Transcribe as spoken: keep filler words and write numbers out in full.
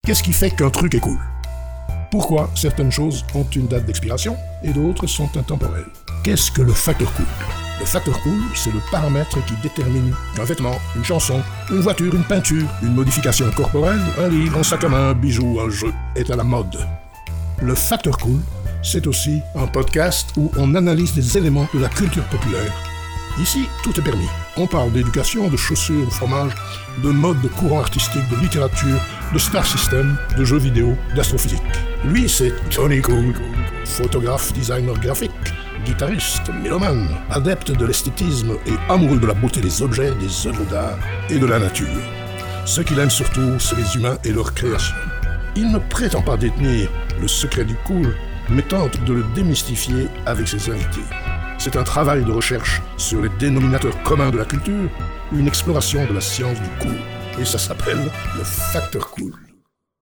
Qu'est-ce qui fait qu'un truc est cool? Pourquoi certaines choses ont une date d'expiration et d'autres sont intemporelles? Qu'est-ce que le facteur cool? Le facteur cool, c'est le paramètre qui détermine qu'un vêtement, une chanson, une voiture, une peinture, une modification corporelle, un livre, un sac à main, un bijou, un jeu est à la mode. Le facteur cool, c'est aussi un podcast où on analyse des éléments de la culture populaire. Ici, tout est permis. On parle d'éducation, de chaussures, de fromage, de mode, de courant artistique, de littérature, de star system, de jeux vidéo, d'astrophysique. Lui, c'est Tony Cool, photographe, designer graphique, guitariste, mélomane, adepte de l'esthétisme et amoureux de la beauté des objets, des œuvres d'art et de la nature. Ce qu'il aime surtout, c'est les humains et leur création. Il ne prétend pas détenir le secret du cool, mais tente de le démystifier avec ses invités. C'est un travail de recherche sur les dénominateurs communs de la culture, une exploration de la science du cool. Et ça s'appelle le facteur cool.